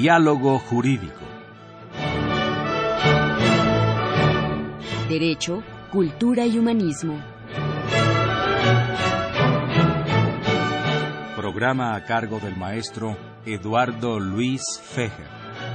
Diálogo Jurídico. Derecho, cultura y humanismo. Programa a cargo del maestro Eduardo Luis Fejer.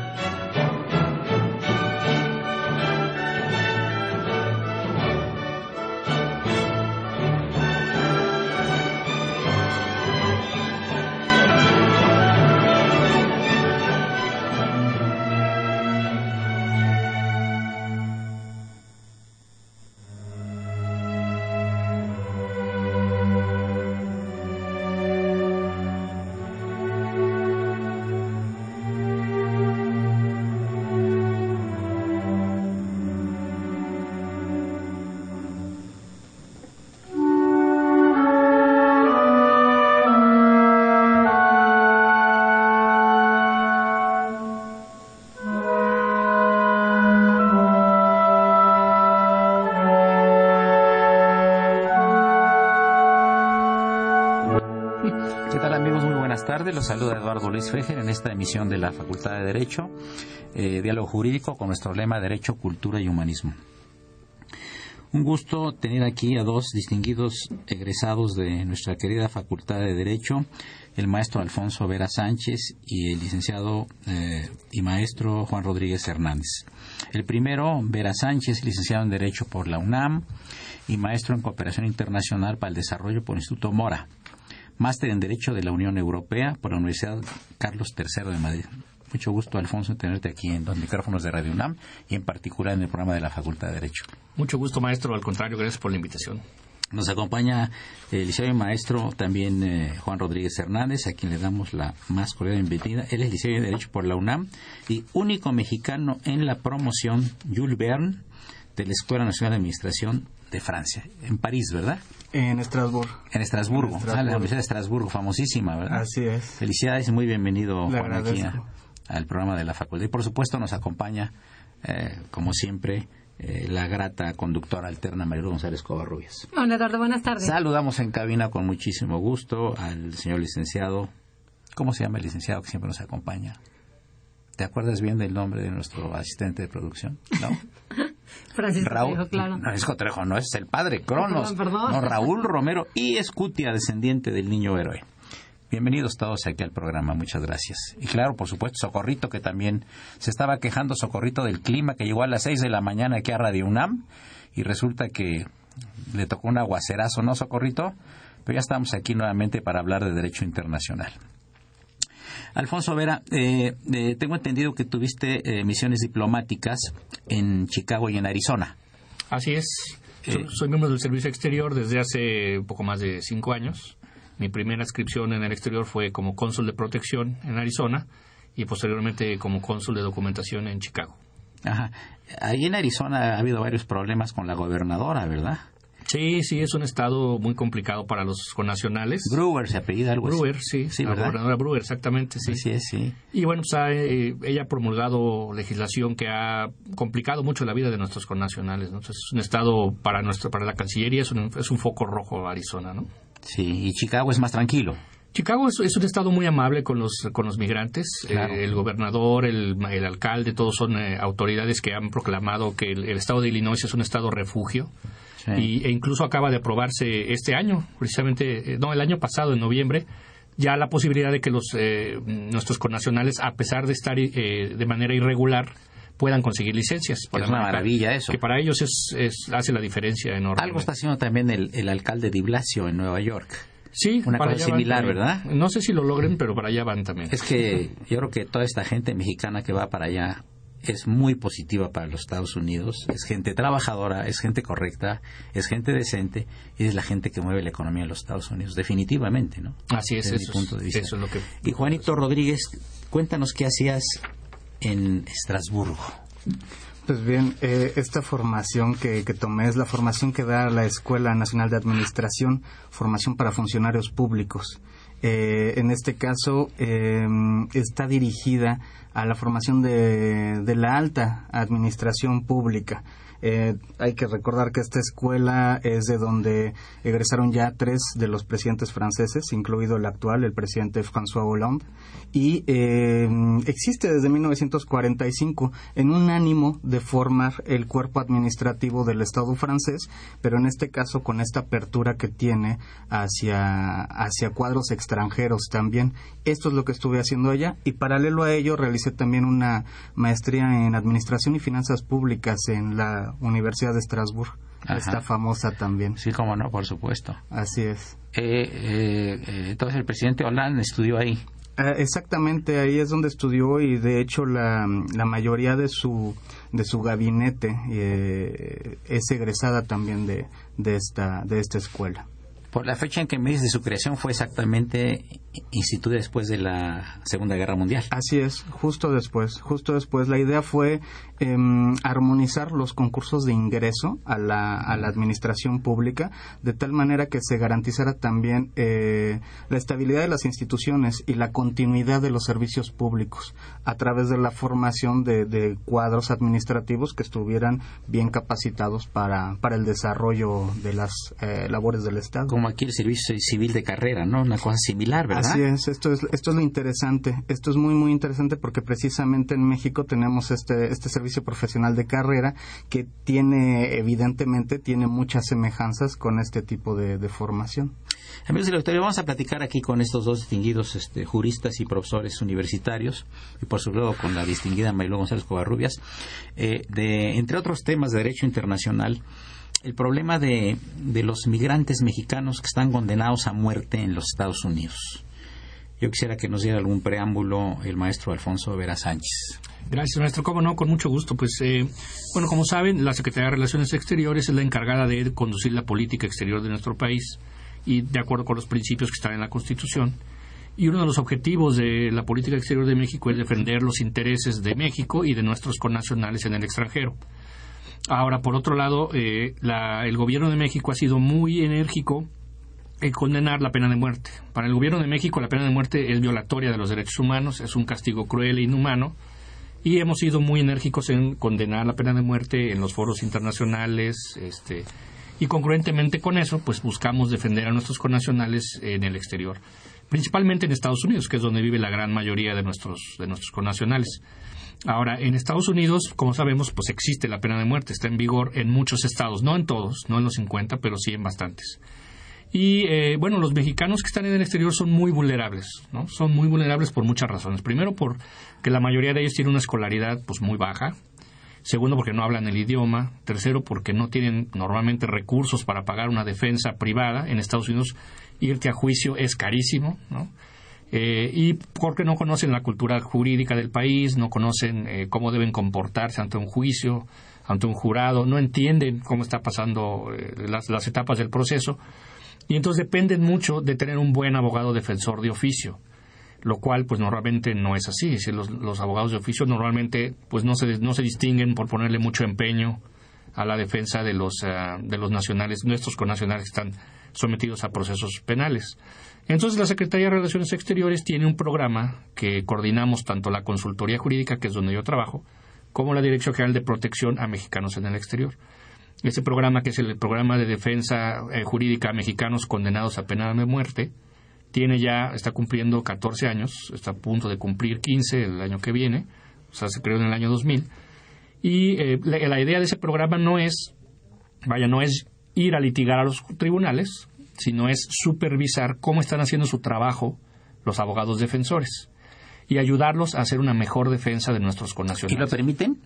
Los saluda Eduardo Luis Fejer en esta emisión de la Facultad de Derecho, Diálogo Jurídico, con nuestro lema Derecho, Cultura y Humanismo. Un gusto tener aquí a dos distinguidos egresados de nuestra querida Facultad de Derecho, el maestro Alfonso Vera Sánchez y el licenciado y maestro Juan Rodríguez Hernández. El primero, Vera Sánchez, licenciado en Derecho por la UNAM y maestro en Cooperación Internacional para el Desarrollo por el Instituto Mora. Máster en Derecho de la Unión Europea por la Universidad Carlos III de Madrid. Mucho gusto, Alfonso, en tenerte aquí en los micrófonos de Radio UNAM y en particular en el programa de la Facultad de Derecho. Mucho gusto, maestro. Al contrario, gracias por la invitación. Nos acompaña el licenciado y maestro también Juan Rodríguez Hernández, a quien le damos la más cordial bienvenida. Él es licenciado en Derecho por la UNAM y único mexicano en la promoción Jules Verne de la Escuela Nacional de Administración de Francia, en París, ¿verdad? En Estrasburgo. En Estrasburgo. La Universidad de Estrasburgo, famosísima, ¿verdad? Así es. Felicidades y muy bienvenido, Juan, aquí al programa de la facultad. Y por supuesto nos acompaña, como siempre, la grata conductora alterna Marilu González Covarrubias. Hola, Eduardo, buenas tardes. Saludamos en cabina con muchísimo gusto al señor licenciado. ¿Cómo se llama el licenciado que siempre nos acompaña? ¿Te acuerdas bien del nombre de nuestro asistente de producción? ¿No? Francisco Trejo, claro. Francisco Trejo, no, es el padre Cronos. Perdón. No, Raúl Romero y Escutia, descendiente del niño héroe. Bienvenidos todos aquí al programa, muchas gracias. Y claro, por supuesto, Socorrito, que también se estaba quejando, Socorrito, del clima, que llegó a las 6 de la mañana aquí a Radio UNAM y resulta que le tocó un aguacerazo, ¿no, Socorrito? Pero ya estamos aquí nuevamente para hablar de Derecho Internacional. Alfonso Vera, tengo entendido que tuviste misiones diplomáticas en Chicago y en Arizona. Así es. Soy miembro del Servicio Exterior desde hace poco más de 5 años. Mi primera inscripción en el exterior fue como cónsul de protección en Arizona y posteriormente como cónsul de documentación en Chicago. Ajá. Ahí en Arizona ha habido varios problemas con la gobernadora, ¿verdad? Sí, es un estado muy complicado para los connacionales. Brewer se apellida algo así. Brewer, sí, la ¿verdad? Gobernadora Brewer, exactamente, sí. Así es, sí. Y bueno, pues ella ha promulgado legislación que ha complicado mucho la vida de nuestros connacionales, ¿no? Entonces, es un estado para la Cancillería, es un foco rojo Arizona, ¿no? Sí, y Chicago es más tranquilo. Chicago es un estado muy amable con los migrantes. Claro. El gobernador, el alcalde, todos son autoridades que han proclamado que el estado de Illinois es un estado refugio. Sí. E incluso acaba de aprobarse este año, precisamente, el año pasado, en noviembre, ya la posibilidad de que nuestros connacionales, a pesar de estar de manera irregular, puedan conseguir licencias. Es una maravilla eso. Que para ellos hace la difera enorme. Algo está haciendo también el alcalde de Blasio en Nueva York. Sí, una cosa similar, ¿verdad? No sé si lo logren, pero para allá van también. Es que yo creo que toda esta gente mexicana que va para allá es muy positiva para los Estados Unidos. Es gente trabajadora, es gente correcta, es gente decente y es la gente que mueve la economía de los Estados Unidos, definitivamente, ¿no? Así es, desde mi punto de vista. Eso es lo que... Y Juanito Rodríguez, cuéntanos qué hacías en Estrasburgo. Pues bien, esta formación que tomé es la formación que da la Escuela Nacional de Administración, formación para funcionarios públicos. En este caso está dirigida a la formación de la alta administración pública. Hay que recordar que esta escuela es de donde egresaron ya 3 de los presidentes franceses, incluido el actual, el presidente François Hollande, y existe desde 1945 en un ánimo de formar el cuerpo administrativo del Estado francés, pero en este caso con esta apertura que tiene hacia cuadros extranjeros también. Esto es lo que estuve haciendo allá, y paralelo a ello realicé también una maestría en Administración y Finanzas Públicas en la Universidad de Estrasburgo. Ajá. Está famosa también. Sí, cómo no, por supuesto. Así es. Entonces el presidente Hollande estudió ahí. Exactamente, ahí es donde estudió, y de hecho la mayoría de su gabinete es egresada también de esta escuela. Por la fecha en que me dices de su creación fue exactamente instituida después de la Segunda Guerra Mundial. Así es, justo después. La idea fue armonizar los concursos de ingreso a la administración pública, de tal manera que se garantizara también la estabilidad de las instituciones y la continuidad de los servicios públicos a través de la formación de cuadros administrativos que estuvieran bien capacitados para el desarrollo de las labores del Estado. Como aquí el servicio civil de carrera, ¿no? Una cosa similar, ¿verdad? Así es, esto es lo interesante. Esto es muy, muy interesante porque precisamente en México tenemos este servicio profesional de carrera que evidentemente tiene muchas semejanzas con este tipo de formación. Amigos del auditorio, vamos a platicar aquí con estos 2 distinguidos juristas y profesores universitarios, y por supuesto con la distinguida Mariló González Covarrubias, entre otros temas de derecho internacional, el problema de los migrantes mexicanos que están condenados a muerte en los Estados Unidos. Yo quisiera que nos diera algún preámbulo el maestro Alfonso Vera Sánchez. Gracias, maestro. Cómo no, con mucho gusto. Pues, bueno, como saben, la Secretaría de Relaciones Exteriores es la encargada de conducir la política exterior de nuestro país, y de acuerdo con los principios que están en la Constitución. Y uno de los objetivos de la política exterior de México es defender los intereses de México y de nuestros connacionales en el extranjero. Ahora, por otro lado, el gobierno de México ha sido muy enérgico en condenar la pena de muerte. Para el gobierno de México, la pena de muerte es violatoria de los derechos humanos, es un castigo cruel e inhumano, y hemos sido muy enérgicos en condenar la pena de muerte en los foros internacionales, y congruentemente con eso, pues buscamos defender a nuestros connacionales en el exterior, principalmente en Estados Unidos, que es donde vive la gran mayoría de nuestros connacionales. Ahora, en Estados Unidos, como sabemos, pues existe la pena de muerte, está en vigor en muchos estados, no en todos, no en los 50, pero sí en bastantes. Y, bueno, los mexicanos que están en el exterior son muy vulnerables, ¿no? Son muy vulnerables por muchas razones. Primero, porque la mayoría de ellos tiene una escolaridad pues muy baja. Segundo, porque no hablan el idioma. Tercero, porque no tienen normalmente recursos para pagar una defensa privada. En Estados Unidos, irte a juicio es carísimo, ¿no? Y porque no conocen la cultura jurídica del país, no conocen cómo deben comportarse ante un juicio, ante un jurado, no entienden cómo está pasando las etapas del proceso, y entonces dependen mucho de tener un buen abogado defensor de oficio, lo cual pues normalmente no es así. Es decir, los abogados de oficio normalmente pues no se distinguen por ponerle mucho empeño a la defensa de los nacionales, nuestros connacionales que están sometidos a procesos penales. Entonces, la Secretaría de Relaciones Exteriores tiene un programa que coordinamos tanto la Consultoría Jurídica, que es donde yo trabajo, como la Dirección General de Protección a Mexicanos en el Exterior. Este programa, que es el programa de defensa jurídica a mexicanos condenados a pena de muerte, está cumpliendo 14 años, está a punto de cumplir 15 el año que viene, o sea, se creó en el año 2000. Y la idea de ese programa no es ir a litigar a los tribunales, sino es supervisar cómo están haciendo su trabajo los abogados defensores y ayudarlos a hacer una mejor defensa de nuestros connacionales. ¿Y lo permiten?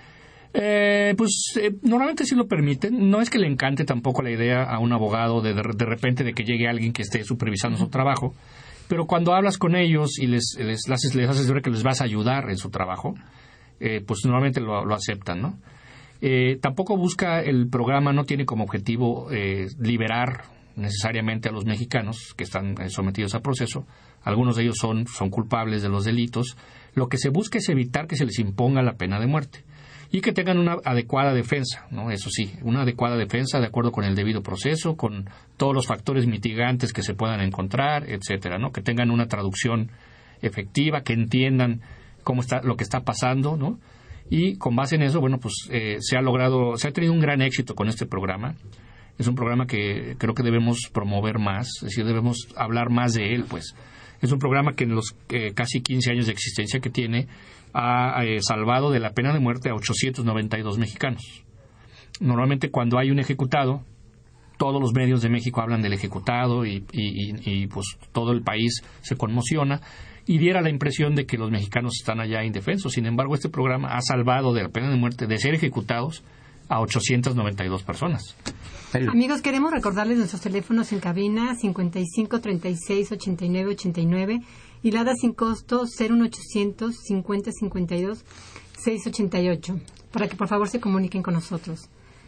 Normalmente sí lo permiten. No es que le encante tampoco la idea a un abogado de repente de que llegue alguien que esté supervisando su trabajo, pero cuando hablas con ellos y les haces ver que les vas a ayudar en su trabajo, pues normalmente lo aceptan, ¿no? Tampoco el programa no tiene como objetivo liberar necesariamente a los mexicanos que están sometidos a proceso. Algunos de ellos son culpables de los delitos. Lo que se busca es evitar que se les imponga la pena de muerte. y que tengan una adecuada defensa, ¿no? Eso sí, una adecuada defensa de acuerdo con el debido proceso, con todos los factores mitigantes que se puedan encontrar, etcétera, ¿no? Que tengan una traducción efectiva, que entiendan cómo está lo que está pasando, ¿no? Y con base en eso, bueno, pues se ha tenido un gran éxito con este programa. Es un programa que creo que debemos promover más, es decir, debemos hablar más de él, pues. Es un programa que en los casi 15 años de existencia que tiene ha salvado de la pena de muerte a 892 mexicanos. Normalmente cuando hay un ejecutado, todos los medios de México hablan del ejecutado y pues todo el país se conmociona y diera la impresión de que los mexicanos están allá indefensos. Sin embargo, este programa ha salvado de la pena de muerte, de ser ejecutados, a 892 personas. Amigos, queremos recordarles nuestros teléfonos en cabina 55 36 89 89 y la sin costo 01800 50 52 688 para que por favor se comuniquen con nosotros.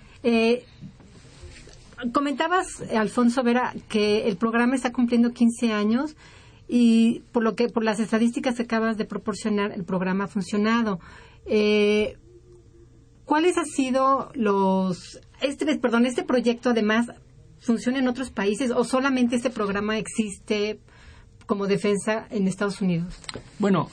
Comentabas, Alfonso Vera, que el programa está cumpliendo 15 años y por las estadísticas que acabas de proporcionar, el programa ha funcionado. ¿Cuáles han sido este proyecto además funciona en otros países o solamente este programa existe como defensa en Estados Unidos? Bueno,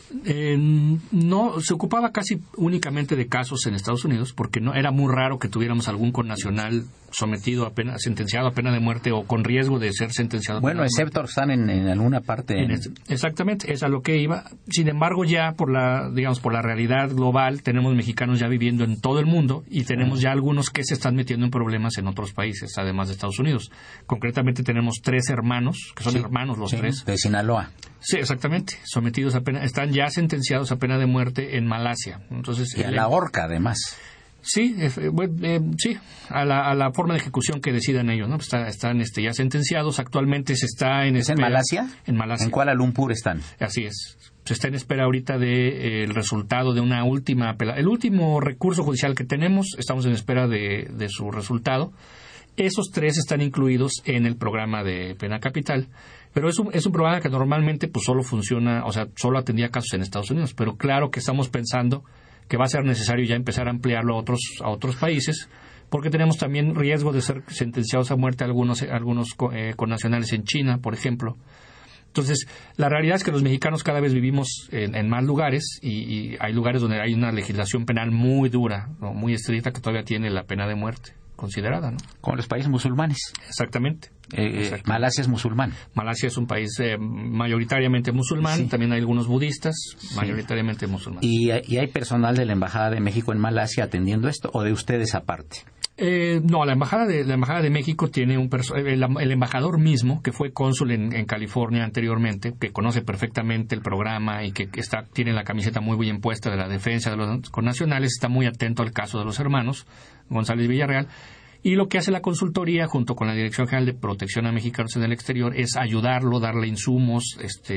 no se ocupaba casi únicamente de casos en Estados Unidos porque no era muy raro que tuviéramos algún connacional sometido a pena, sentenciado a pena de muerte o con riesgo de ser sentenciado. Bueno, excepto están en alguna parte. Exactamente, es a lo que iba. Sin embargo, ya por la realidad global, tenemos mexicanos ya viviendo en todo el mundo y tenemos ya algunos que se están metiendo en problemas en otros países, además de Estados Unidos. Concretamente tenemos 3 hermanos, que son hermanos los 3. De Sinaloa. Sí, exactamente. Sometidos a pena, están ya sentenciados a pena de muerte en Malasia. Entonces, y a la horca, además. Sí, sí, a la forma de ejecución que decidan ellos, ¿no? Están ya sentenciados. Actualmente se está en espera. ¿En Malasia? En Malasia. ¿En Kuala Lumpur están? Así es. Se está en espera ahorita de el resultado de una última el último recurso judicial que tenemos. Estamos en espera de su resultado. Esos 3 están incluidos en el programa de pena capital. Pero es un programa que normalmente pues solo funciona, o sea, solo atendía casos en Estados Unidos. Pero claro que estamos pensando que va a ser necesario ya empezar a ampliarlo a otros países, porque tenemos también riesgo de ser sentenciados a muerte algunos connacionales en China, por ejemplo. Entonces, la realidad es que los mexicanos cada vez vivimos en más lugares y hay lugares donde hay una legislación penal muy dura, ¿no? Muy estricta, que todavía tiene la pena de muerte considerada, ¿no? Como los países musulmanes. Exactamente. Malasia es musulmán. Malasia es un país mayoritariamente musulmán, sí. También hay algunos budistas, sí. Mayoritariamente musulmanes. ¿Y hay personal de la Embajada de México en Malasia atendiendo esto o de ustedes aparte? No, la embajada de México tiene el embajador mismo, que fue cónsul en California anteriormente, que conoce perfectamente el programa y que tiene la camiseta muy bien puesta de la defensa de los connacionales, está muy atento al caso de los hermanos González Villarreal. Y lo que hace la consultoría, junto con la Dirección General de Protección a Mexicanos en el Exterior, es ayudarlo, darle insumos,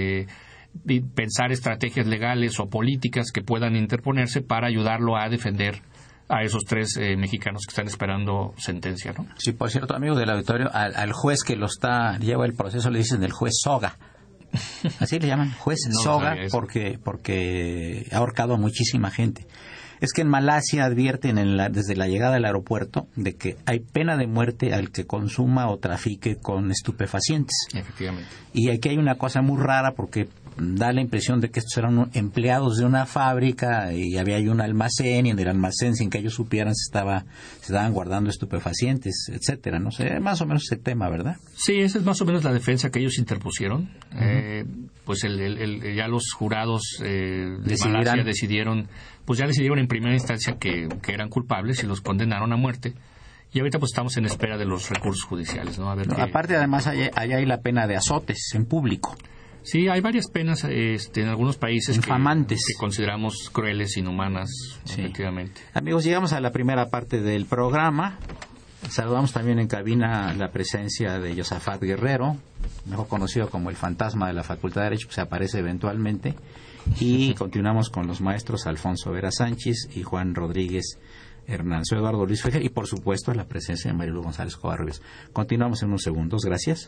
pensar estrategias legales o políticas que puedan interponerse para ayudarlo a defender a esos 3 mexicanos que están esperando sentencia, ¿no? Sí, por cierto, amigos del auditorio, al juez que lleva el proceso le dicen el juez Soga. Así le llaman, juez Soga, porque ha ahorcado a muchísima gente. Es que en Malasia advierten desde la llegada al aeropuerto de que hay pena de muerte al que consuma o trafique con estupefacientes. Efectivamente. Y aquí hay una cosa muy rara porque da la impresión de que estos eran empleados de una fábrica y había ahí un almacén y en el almacén, sin que ellos supieran, se estaban guardando estupefacientes, etcétera. No sé, más o menos ese tema, ¿verdad? Sí, esa es más o menos la defensa que ellos interpusieron. Pues ya los jurados de Malasia decidieron en primera instancia que eran culpables y los condenaron a muerte. Y ahorita pues estamos en espera de los recursos judiciales, ¿no? Aparte, además, allá hay la pena de azotes en público. Sí, hay varias penas en algunos países infamantes que consideramos crueles, inhumanas, sí. Efectivamente. Amigos, llegamos a la primera parte del programa. Saludamos también en cabina la presencia de Josafat Guerrero, mejor conocido como el fantasma de la Facultad de Derecho, que se aparece eventualmente. Y continuamos con los maestros Alfonso Vera Sánchez y Juan Rodríguez Hernán. Soy Eduardo Luis Fejer y, por supuesto, la presencia de Marilu González Covarrubias. Continuamos en unos segundos. Gracias.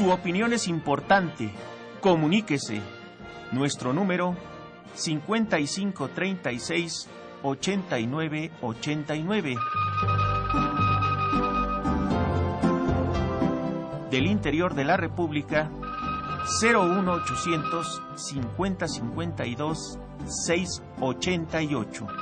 Su opinión es importante. Comuníquese. Nuestro número 5536-8989. Del interior de la República 01800 5052 688.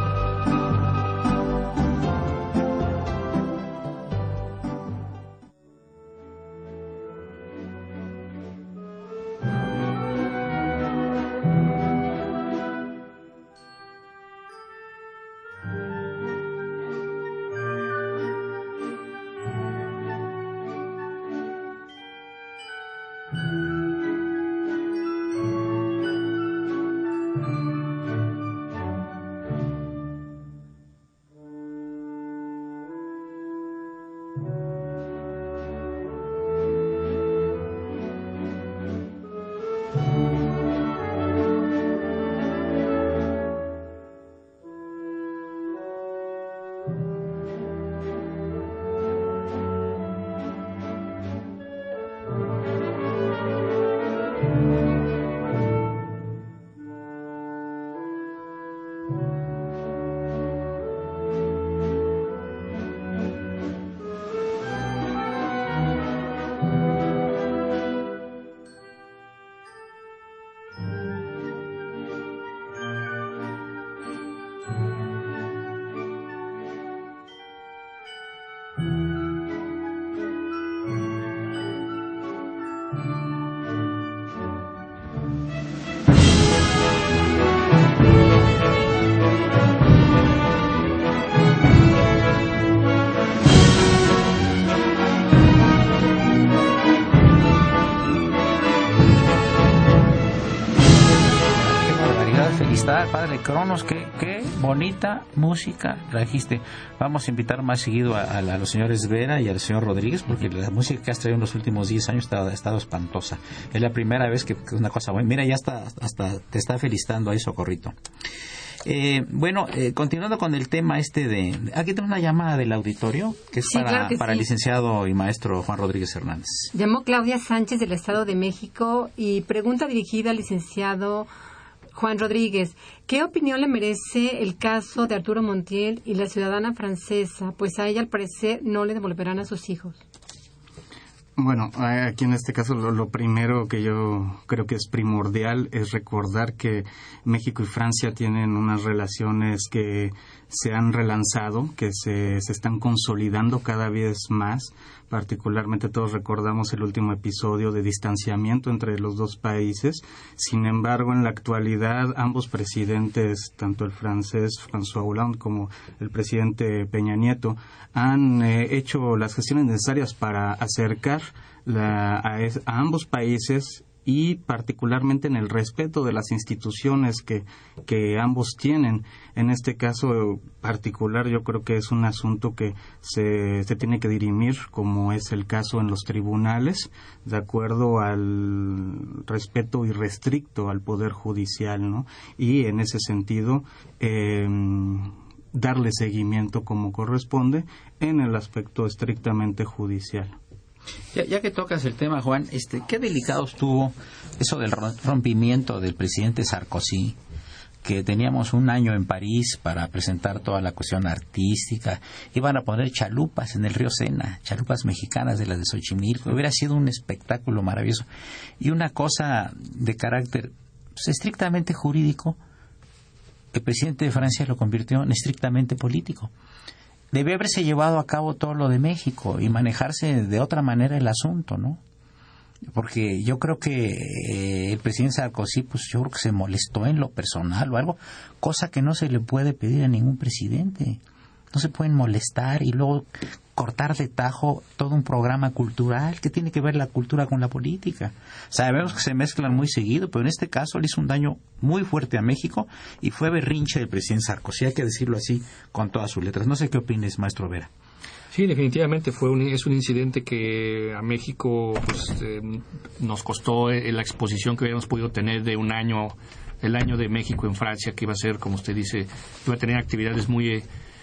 Padre Cronos, qué bonita música trajiste. Vamos a invitar más seguido a los señores Vera y al señor Rodríguez, porque la música que has traído en los últimos 10 años ha estado espantosa. Es la primera vez que es una cosa buena. Mira, ya hasta te está felicitando ahí Socorrito. Continuando con el tema aquí tengo una llamada del auditorio que es para el licenciado y maestro Juan Rodríguez Hernández. Llamó Claudia Sánchez del Estado de México y pregunta dirigida al licenciado Juan Rodríguez: ¿qué opinión le merece el caso de Arturo Montiel y la ciudadana francesa? Pues a ella, al parecer, no le devolverán a sus hijos. Bueno, aquí en este caso lo primero que yo creo que es primordial es recordar que México y Francia tienen unas relaciones que se han relanzado, que se están consolidando cada vez más. Particularmente todos recordamos el último episodio de distanciamiento entre los dos países. Sin embargo, en la actualidad, ambos presidentes, tanto el francés François Hollande como el presidente Peña Nieto, han hecho las gestiones necesarias para acercar a ambos países, y particularmente en el respeto de las instituciones que ambos tienen. En este caso particular, yo creo que es un asunto que se tiene que dirimir, como es el caso en los tribunales, de acuerdo al respeto irrestricto al Poder Judicial, ¿no? Y en ese sentido, darle seguimiento como corresponde en el aspecto estrictamente judicial. Ya que tocas el tema, Juan, qué delicado estuvo eso del rompimiento del presidente Sarkozy, que teníamos un año en París para presentar toda la cuestión artística. Iban a poner chalupas en el río Sena, chalupas mexicanas de las de Xochimilco. Hubiera sido un espectáculo maravilloso. Y una cosa de carácter estrictamente jurídico, el presidente de Francia lo convirtió en estrictamente político. Debe haberse llevado a cabo todo lo de México y manejarse de otra manera el asunto, ¿no? Porque yo creo que el presidente Sarkozy, pues yo creo que se molestó en lo personal o algo, cosa que no se le puede pedir a ningún presidente. No se pueden molestar y luego cortar de tajo todo un programa cultural. ¿Qué tiene que ver la cultura con la política? Sabemos que se mezclan muy seguido, pero en este caso le hizo un daño muy fuerte a México y fue berrinche del presidente Sarkozy, hay que decirlo así con todas sus letras. No sé qué opines, maestro Vera. Sí, definitivamente es un incidente que a México nos costó la exposición que hubiéramos podido tener de un año, el año de México en Francia, que iba a ser, como usted dice, iba a tener actividades muy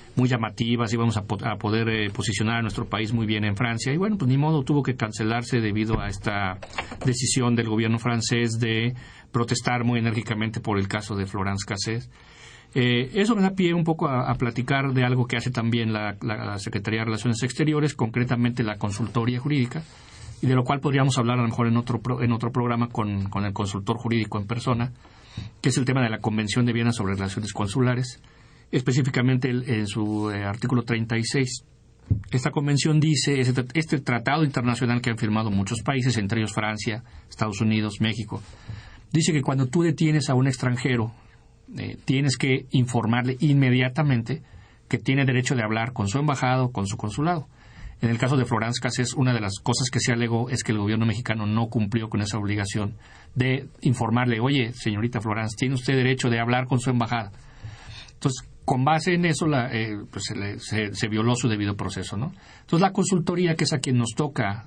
muy llamativas, íbamos a poder posicionar a nuestro país muy bien en Francia, y bueno, pues ni modo, tuvo que cancelarse debido a esta decisión del gobierno francés de protestar muy enérgicamente por el caso de Florence Cassés. Eso me da pie un poco a platicar de algo que hace también la Secretaría de Relaciones Exteriores, concretamente la consultoría jurídica, y de lo cual podríamos hablar a lo mejor en otro programa con el consultor jurídico en persona, que es el tema de la Convención de Viena sobre Relaciones Consulares, específicamente en su artículo 36. Esta convención dice, este tratado internacional que han firmado muchos países, entre ellos Francia, Estados Unidos, México, dice que cuando tú detienes a un extranjero, tienes que informarle inmediatamente que tiene derecho de hablar con su embajada o con su consulado. En el caso de Florence Cassés, una de las cosas que se alegó es que el gobierno mexicano no cumplió con esa obligación de informarle, oye, señorita Florence, tiene usted derecho de hablar con su embajada. Entonces, con base en eso, se violó su debido proceso, ¿no? Entonces, la consultoría, que es a quien nos toca,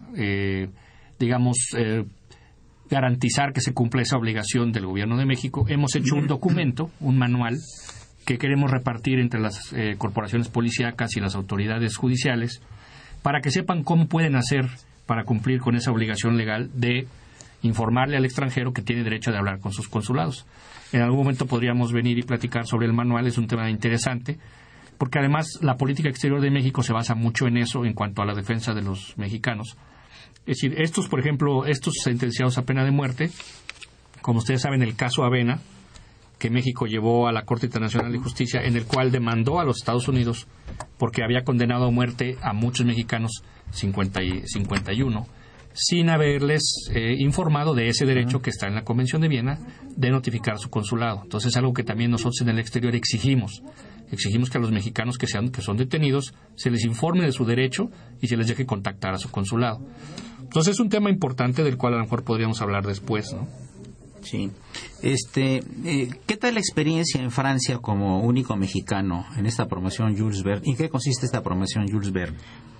garantizar que se cumpla esa obligación del gobierno de México, hemos hecho un documento, un manual, que queremos repartir entre las corporaciones policíacas y las autoridades judiciales para que sepan cómo pueden hacer para cumplir con esa obligación legal de informarle al extranjero que tiene derecho de hablar con sus consulados. En algún momento podríamos venir y platicar sobre el manual, es un tema interesante, porque además la política exterior de México se basa mucho en eso en cuanto a la defensa de los mexicanos. Es decir, por ejemplo, estos sentenciados a pena de muerte, como ustedes saben, el caso Avena, que México llevó a la Corte Internacional de Justicia, en el cual demandó a los Estados Unidos porque había condenado a muerte a muchos mexicanos, 51, sin haberles informado de ese derecho que está en la Convención de Viena de notificar a su consulado. Entonces es algo que también nosotros en el exterior exigimos que a los mexicanos que son detenidos se les informe de su derecho y se les deje contactar a su consulado. Entonces es un tema importante del cual a lo mejor podríamos hablar después, ¿no? Sí. ¿Qué tal la experiencia en Francia como único mexicano en esta promoción Jules Verne? ¿En qué consiste esta promoción Jules Verne?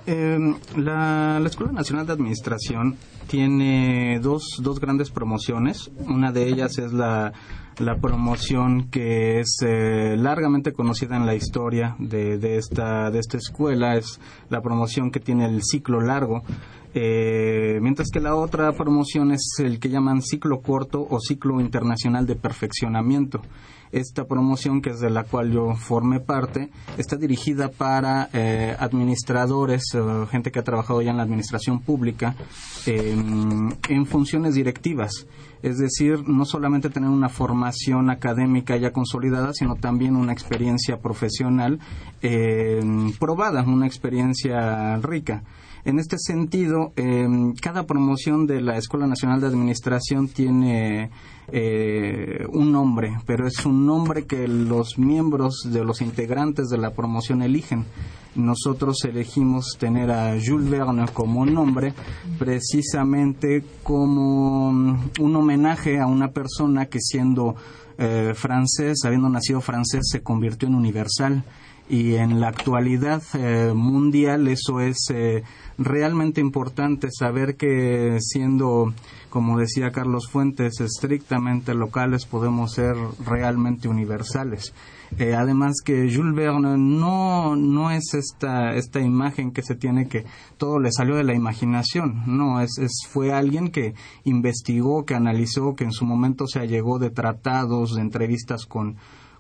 La Escuela Nacional de Administración tiene dos grandes promociones. Una de ellas es la promoción que es largamente conocida en la historia de esta escuela. Es la promoción que tiene el ciclo largo, mientras que la otra promoción es el que llaman ciclo corto o ciclo internacional de perfeccionamiento. Esta promoción, que es de la cual yo formé parte, está dirigida para administradores, gente que ha trabajado ya en la administración pública, en funciones directivas. Es decir, no solamente tener una formación académica ya consolidada, sino también una experiencia profesional probada, una experiencia rica. En este sentido, cada promoción de la Escuela Nacional de Administración tiene un nombre, pero es un nombre que los miembros de los integrantes de la promoción eligen. Nosotros elegimos tener a Jules Verne como nombre precisamente como un homenaje a una persona que, siendo francés, habiendo nacido francés, se convirtió en universal. Y en la actualidad mundial eso es realmente importante, saber que, siendo, como decía Carlos Fuentes, estrictamente locales, podemos ser realmente universales. Además que Jules Verne no es esta imagen que se tiene, que todo le salió de la imaginación. No, fue alguien que investigó, que analizó, que en su momento se allegó de tratados, de entrevistas con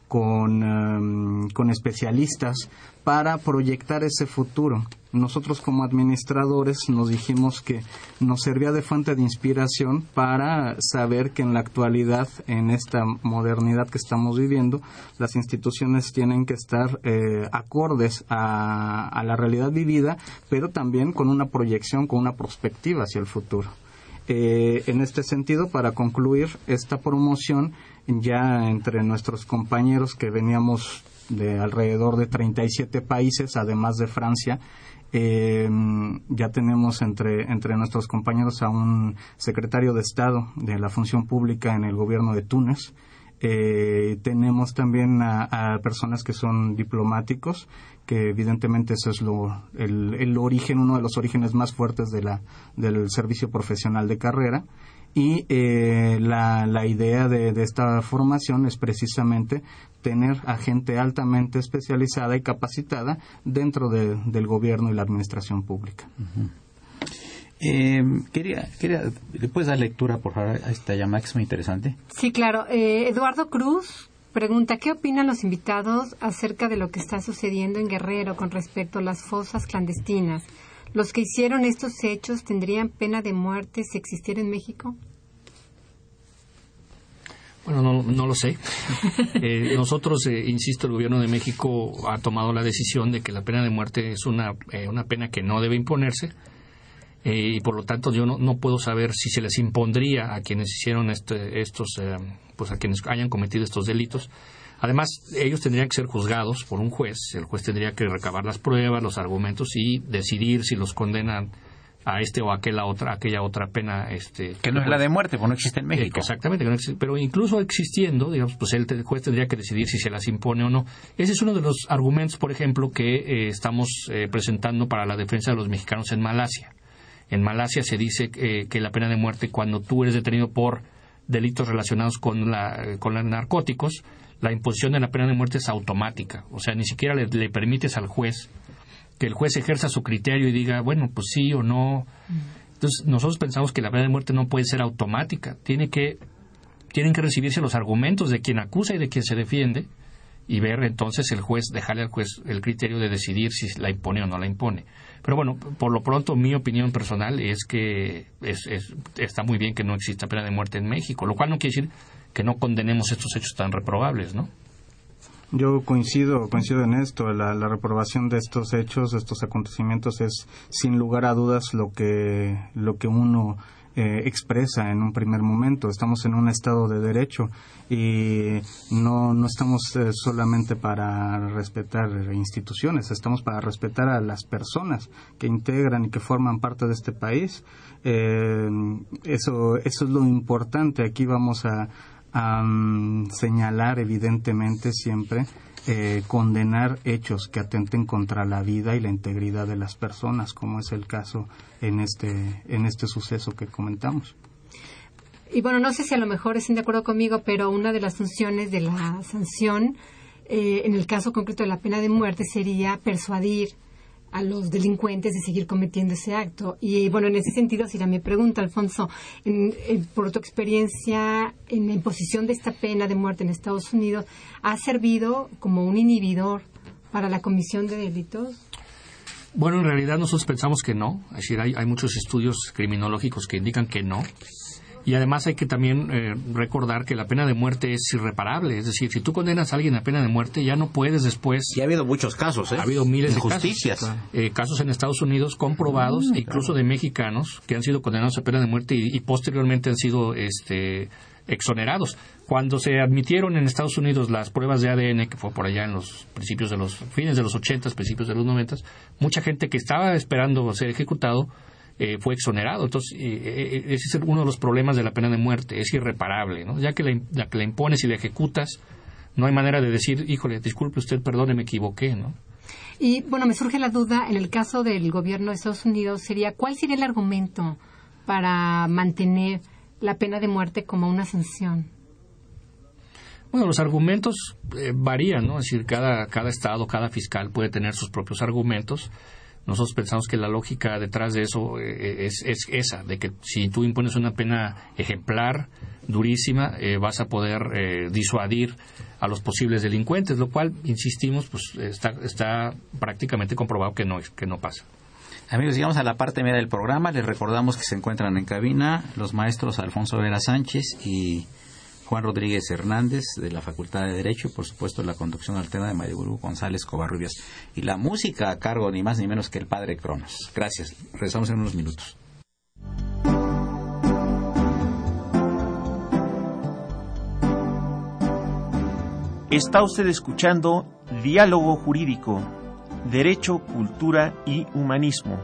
especialistas para proyectar ese futuro. Nosotros, como administradores, nos dijimos que nos servía de fuente de inspiración para saber que en la actualidad, en esta modernidad que estamos viviendo, las instituciones tienen que estar acordes a la realidad vivida, pero también con una proyección, con una perspectiva hacia el futuro. En este sentido, para concluir esta promoción, ya entre nuestros compañeros, que veníamos de alrededor de 37 países, además de Francia, ya tenemos entre nuestros compañeros a un secretario de Estado de la Función Pública en el gobierno de Túnez. Tenemos también a personas que son diplomáticos, que evidentemente eso es el origen, uno de los orígenes más fuertes del servicio profesional de carrera. y la idea de esta formación es precisamente tener a gente altamente especializada y capacitada dentro del gobierno y la administración pública. Uh-huh. ¿Le puedes dar lectura, por favor, a esta llamada que es muy interesante? Sí, claro. Eduardo Cruz pregunta, ¿qué opinan los invitados acerca de lo que está sucediendo en Guerrero con respecto a las fosas clandestinas? ¿Los que hicieron estos hechos tendrían pena de muerte si existiera en México? Bueno, no lo sé. Nosotros, insisto, el gobierno de México ha tomado la decisión de que la pena de muerte es una pena que no debe imponerse, y por lo tanto yo no puedo saber si se les impondría a quienes hicieron pues a quienes hayan cometido estos delitos. Además, ellos tendrían que ser juzgados por un juez. El juez tendría que recabar las pruebas, los argumentos y decidir si los condenan a o a aquella otra pena que no es la de muerte, porque no existe en México. Exactamente, que no existe, pero incluso existiendo, digamos, pues el juez tendría que decidir si se las impone o no. Ese es uno de los argumentos, por ejemplo, que estamos presentando para la defensa de los mexicanos en Malasia. En Malasia se dice que la pena de muerte, cuando tú eres detenido por delitos relacionados con los narcóticos, la imposición de la pena de muerte es automática. O sea, ni siquiera le permites al juez que el juez ejerza su criterio y diga, bueno, pues sí o no. Entonces, nosotros pensamos que la pena de muerte no puede ser automática. Tienen que recibirse los argumentos de quien acusa y de quien se defiende, y ver entonces dejarle al juez el criterio de decidir si la impone o no la impone. Pero bueno, por lo pronto mi opinión personal es que está muy bien que no exista pena de muerte en México, lo cual no quiere decir que no condenemos estos hechos tan reprobables, ¿no? Yo coincido en esto. La reprobación de estos hechos, de estos acontecimientos, es sin lugar a dudas lo que uno expresa en un primer momento. Estamos en un estado de derecho y no estamos solamente para respetar instituciones, estamos para respetar a las personas que integran y que forman parte de este país. Eso es lo importante. Aquí vamos a señalar evidentemente siempre, condenar hechos que atenten contra la vida y la integridad de las personas, como es el caso en este suceso que comentamos. Y bueno, no sé si a lo mejor estén de acuerdo conmigo, pero una de las funciones de la sanción, en el caso concreto de la pena de muerte, sería persuadir a los delincuentes de seguir cometiendo ese acto. Y bueno, en ese sentido sería mi pregunta, Alfonso, por tu experiencia en la imposición de esta pena de muerte en Estados Unidos, ¿ha servido como un inhibidor para la comisión de delitos? Bueno, en realidad nosotros pensamos que no. Es decir, hay muchos estudios criminológicos que indican que no. Y además hay que también recordar que la pena de muerte es irreparable. Es decir, si tú condenas a alguien a pena de muerte, ya no puedes después... Y ha habido muchos casos, Ha habido miles de injusticias. Casos en Estados Unidos comprobados, incluso de mexicanos, que han sido condenados a pena de muerte y posteriormente han sido exonerados. Cuando se admitieron en Estados Unidos las pruebas de ADN, que fue por allá en los fines de los 80, principios de los 90, mucha gente que estaba esperando ser ejecutado fue exonerado. Entonces, ese es uno de los problemas de la pena de muerte, es irreparable, ¿no? Ya que la impones y la ejecutas, no hay manera de decir, híjole, disculpe usted, perdone, me equivoqué, ¿no? Y bueno, me surge la duda, en el caso del gobierno de Estados Unidos, ¿cuál sería el argumento para mantener la pena de muerte como una sanción? Bueno, los argumentos varían, ¿no? Es decir, cada estado, cada fiscal puede tener sus propios argumentos. Nosotros pensamos que la lógica detrás de eso es esa, de que si tú impones una pena ejemplar, durísima, vas a poder disuadir a los posibles delincuentes, lo cual, insistimos, pues está prácticamente comprobado que no pasa. Amigos, llegamos a la parte media del programa. Les recordamos que se encuentran en cabina los maestros Alfonso Vera Sánchez y Juan Rodríguez Hernández, de la Facultad de Derecho, y por supuesto la conducción alterna de Mariburu González Covarrubias, y la música a cargo ni más ni menos que el padre Cronos. Gracias, regresamos en unos minutos. Está usted escuchando Diálogo Jurídico, Derecho, Cultura y Humanismo.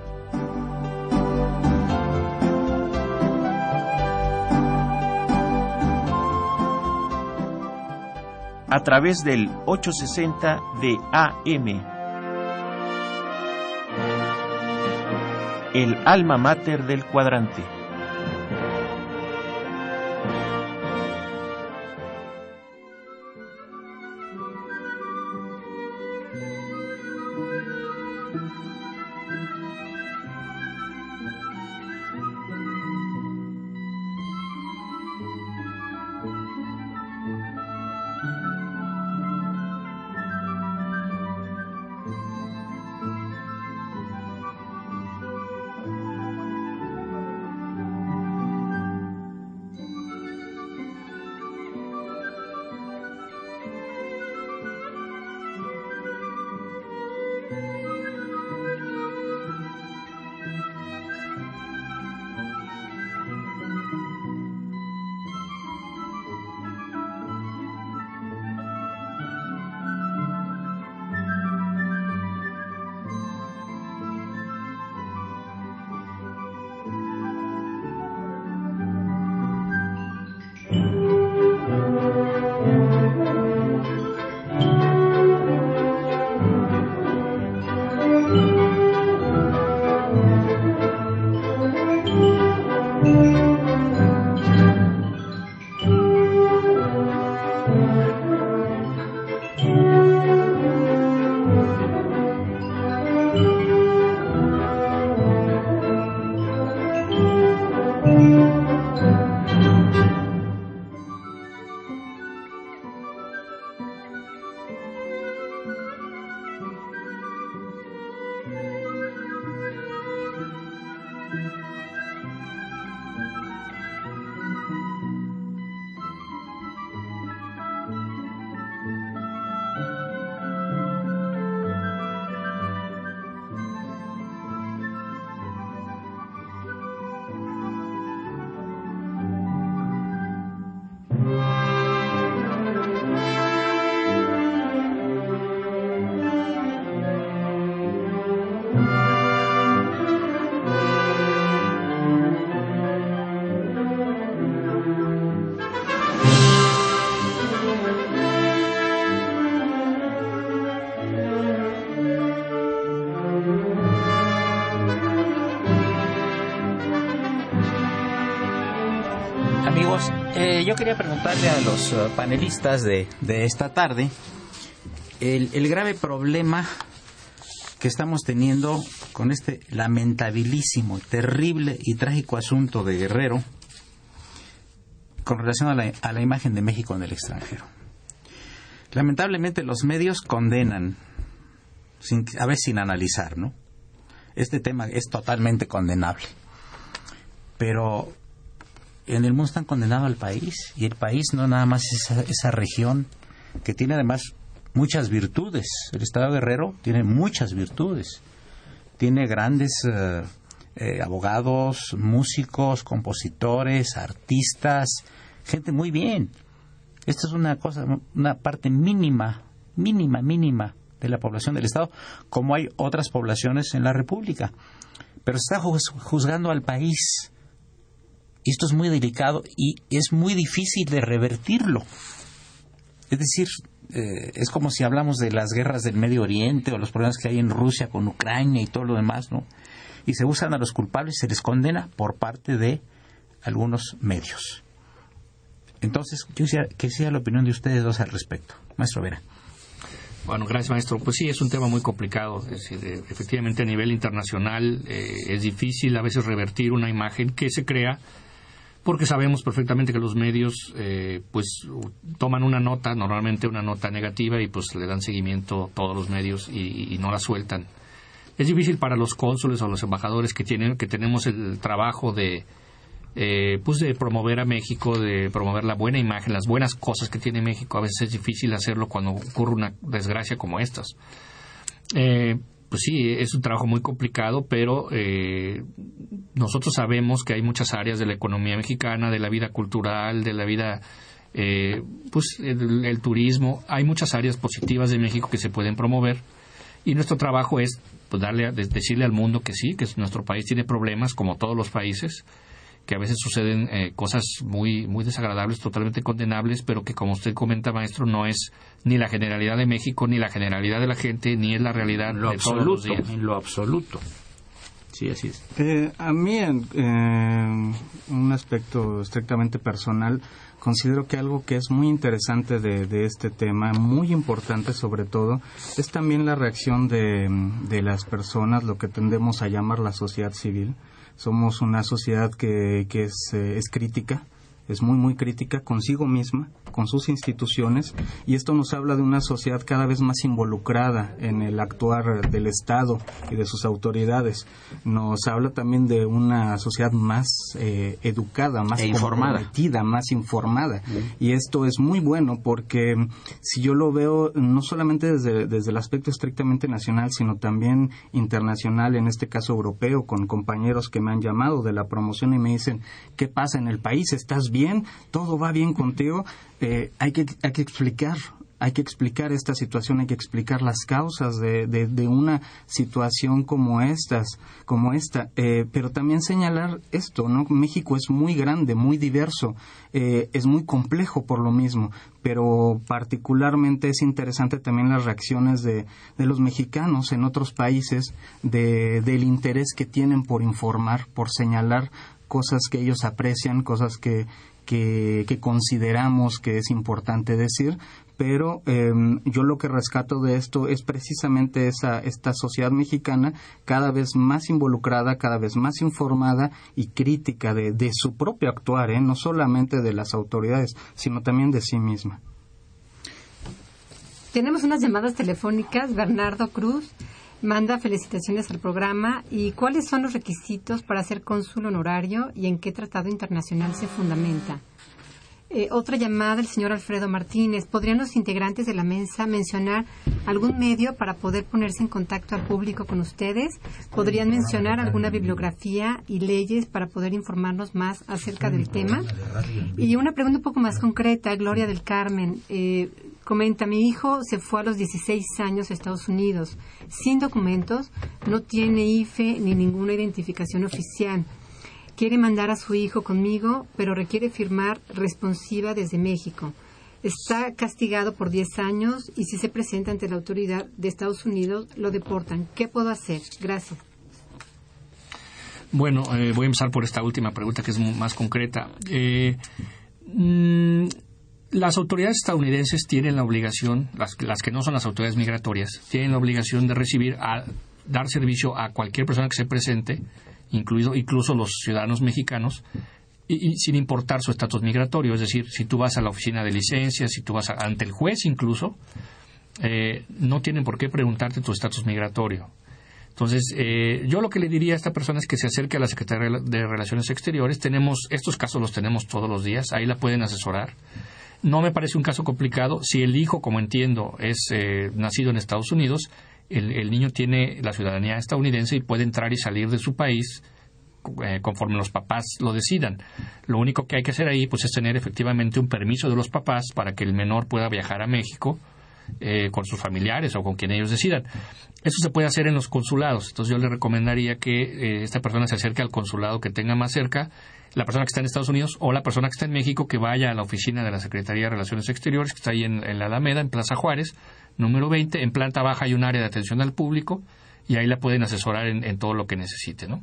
A través del 860 de AM. El alma mater del cuadrante. Yo quería preguntarle a los panelistas de esta tarde el grave problema que estamos teniendo con este lamentabilísimo, terrible y trágico asunto de Guerrero con relación a la imagen de México en el extranjero. Lamentablemente los medios condenan, a veces sin analizar, ¿no? Este tema es totalmente condenable. Pero en el mundo están condenando al país, y el país no nada más es esa región que tiene además muchas virtudes. El Estado de Guerrero tiene muchas virtudes. Tiene grandes abogados, músicos, compositores, artistas, gente muy bien. Esta es una parte mínima de la población del Estado, como hay otras poblaciones en la República. Pero se está juzgando al país. Y esto es muy delicado y es muy difícil de revertirlo. Es decir, es como si hablamos de las guerras del Medio Oriente o los problemas que hay en Rusia con Ucrania y todo lo demás, ¿no? Y se usan a los culpables y se les condena por parte de algunos medios. Entonces, yo quisiera la opinión de ustedes dos al respecto. Maestro Vera. Bueno, gracias, maestro. Pues sí, es un tema muy complicado. Es decir, efectivamente, a nivel internacional es difícil a veces revertir una imagen que se crea, porque sabemos perfectamente que los medios pues toman una nota, normalmente una nota negativa, y pues le dan seguimiento a todos los medios y no la sueltan. Es difícil para los cónsules o los embajadores que tenemos el trabajo de promover a México, de promover la buena imagen, las buenas cosas que tiene México. A veces es difícil hacerlo cuando ocurre una desgracia como estas. Pues sí, es un trabajo muy complicado, pero nosotros sabemos que hay muchas áreas de la economía mexicana, de la vida cultural, de la vida, el turismo. Hay muchas áreas positivas de México que se pueden promover, y nuestro trabajo es pues decirle al mundo que sí, que nuestro país tiene problemas como todos los países, que a veces suceden cosas muy muy desagradables, totalmente condenables, pero que, como usted comenta, maestro, no es ni la generalidad de México, ni la generalidad de la gente, ni es la realidad de todos los días. En lo absoluto. Sí, así es. A mí, un aspecto estrictamente personal, considero que algo que es muy interesante de este tema, muy importante sobre todo, es también la reacción de las personas, lo que tendemos a llamar la sociedad civil. Somos una sociedad que es crítica, es muy, muy crítica consigo misma, con sus instituciones, y esto nos habla de una sociedad cada vez más involucrada en el actuar del Estado y de sus autoridades. Nos habla también de una sociedad más educada, más comprometida, más informada. Y esto es muy bueno, porque si yo lo veo no solamente desde el aspecto estrictamente nacional, sino también internacional, en este caso europeo, con compañeros que me han llamado de la promoción y me dicen: ¿qué pasa en el país? ¿Estás bien? ¿Todo va bien contigo? Hay que explicar esta situación, hay que explicar las causas de una situación como esta, pero también señalar esto, ¿no? México es muy grande, muy diverso, es muy complejo por lo mismo, pero particularmente es interesante también las reacciones de los mexicanos en otros países, del interés que tienen por informar, por señalar cosas que ellos aprecian, cosas que consideramos que es importante decir, pero yo lo que rescato de esto es precisamente esta sociedad mexicana cada vez más involucrada, cada vez más informada y crítica de su propio actuar, no solamente de las autoridades, sino también de sí misma. Tenemos unas llamadas telefónicas. Bernardo Cruz manda felicitaciones al programa. ¿Y cuáles son los requisitos para ser cónsul honorario y en qué tratado internacional se fundamenta? Otra llamada, el señor Alfredo Martínez. ¿Podrían los integrantes de la mesa mencionar algún medio para poder ponerse en contacto al público con ustedes? ¿Podrían mencionar alguna bibliografía y leyes para poder informarnos más acerca del tema? Y una pregunta un poco más concreta, Gloria del Carmen. Comenta: mi hijo se fue a los 16 años a Estados Unidos, sin documentos, no tiene IFE ni ninguna identificación oficial. Quiere mandar a su hijo conmigo, pero requiere firmar responsiva desde México. Está castigado por 10 años y si se presenta ante la autoridad de Estados Unidos, lo deportan. ¿Qué puedo hacer? Gracias. Bueno, voy a empezar por esta última pregunta, que es más concreta. Las autoridades estadounidenses tienen la obligación, las que no son las autoridades migratorias, tienen la obligación de dar servicio a cualquier persona que se presente, incluso los ciudadanos mexicanos, y sin importar su estatus migratorio. Es decir, si tú vas a la oficina de licencias, si tú vas ante el juez incluso, no tienen por qué preguntarte tu estatus migratorio. Entonces, yo lo que le diría a esta persona es que se acerque a la Secretaría de Relaciones Exteriores. Estos casos los tenemos todos los días, ahí la pueden asesorar. No me parece un caso complicado. Si el hijo, como entiendo, es nacido en Estados Unidos, el niño tiene la ciudadanía estadounidense y puede entrar y salir de su país conforme los papás lo decidan. Lo único que hay que hacer ahí pues es tener efectivamente un permiso de los papás para que el menor pueda viajar a México con sus familiares o con quien ellos decidan. Eso se puede hacer en los consulados. Entonces yo le recomendaría que esta persona se acerque al consulado que tenga más cerca, la persona que está en Estados Unidos o la persona que está en México, que vaya a la oficina de la Secretaría de Relaciones Exteriores, que está ahí en la Alameda, en Plaza Juárez, número 20. En planta baja hay un área de atención al público y ahí la pueden asesorar en todo lo que necesite, ¿no?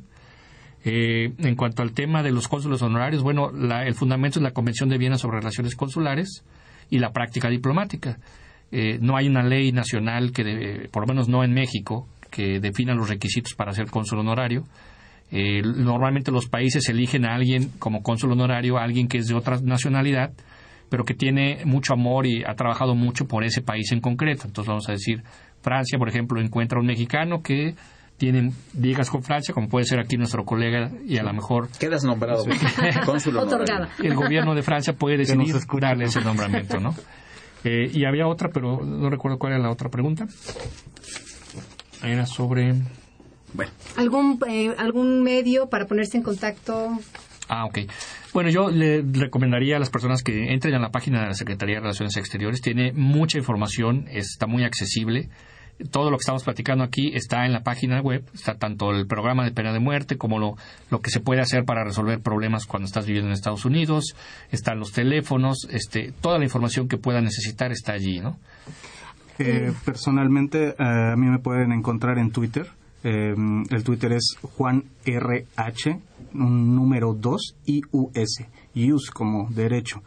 En cuanto al tema de los cónsules honorarios, bueno, el fundamento es la Convención de Viena sobre Relaciones Consulares y la práctica diplomática. No hay una ley nacional por lo menos no en México, que defina los requisitos para ser cónsul honorario. Normalmente los países eligen a alguien como cónsul honorario, a alguien que es de otra nacionalidad, pero que tiene mucho amor y ha trabajado mucho por ese país en concreto. Entonces vamos a decir, Francia, por ejemplo, encuentra un mexicano que tiene ligas con Francia, como puede ser aquí nuestro colega, y a lo mejor quedas nombrado cónsul honorario. El gobierno de Francia puede decidir darle ese nombramiento, ¿no? Y había otra, pero no recuerdo cuál era la otra pregunta. Era sobre... Bueno. ¿Algún medio para ponerse en contacto? Ok. Bueno, yo le recomendaría a las personas que entren a la página de la Secretaría de Relaciones Exteriores. Tiene mucha información, está muy accesible. Todo lo que estamos platicando aquí está en la página web. Está tanto el programa de pena de muerte como lo que se puede hacer para resolver problemas cuando estás viviendo en Estados Unidos. Están los teléfonos. Toda la información que pueda necesitar está allí, ¿no? Personalmente, a mí me pueden encontrar en Twitter. El Twitter es Juan RH, un número 2, IUS, IUS como derecho.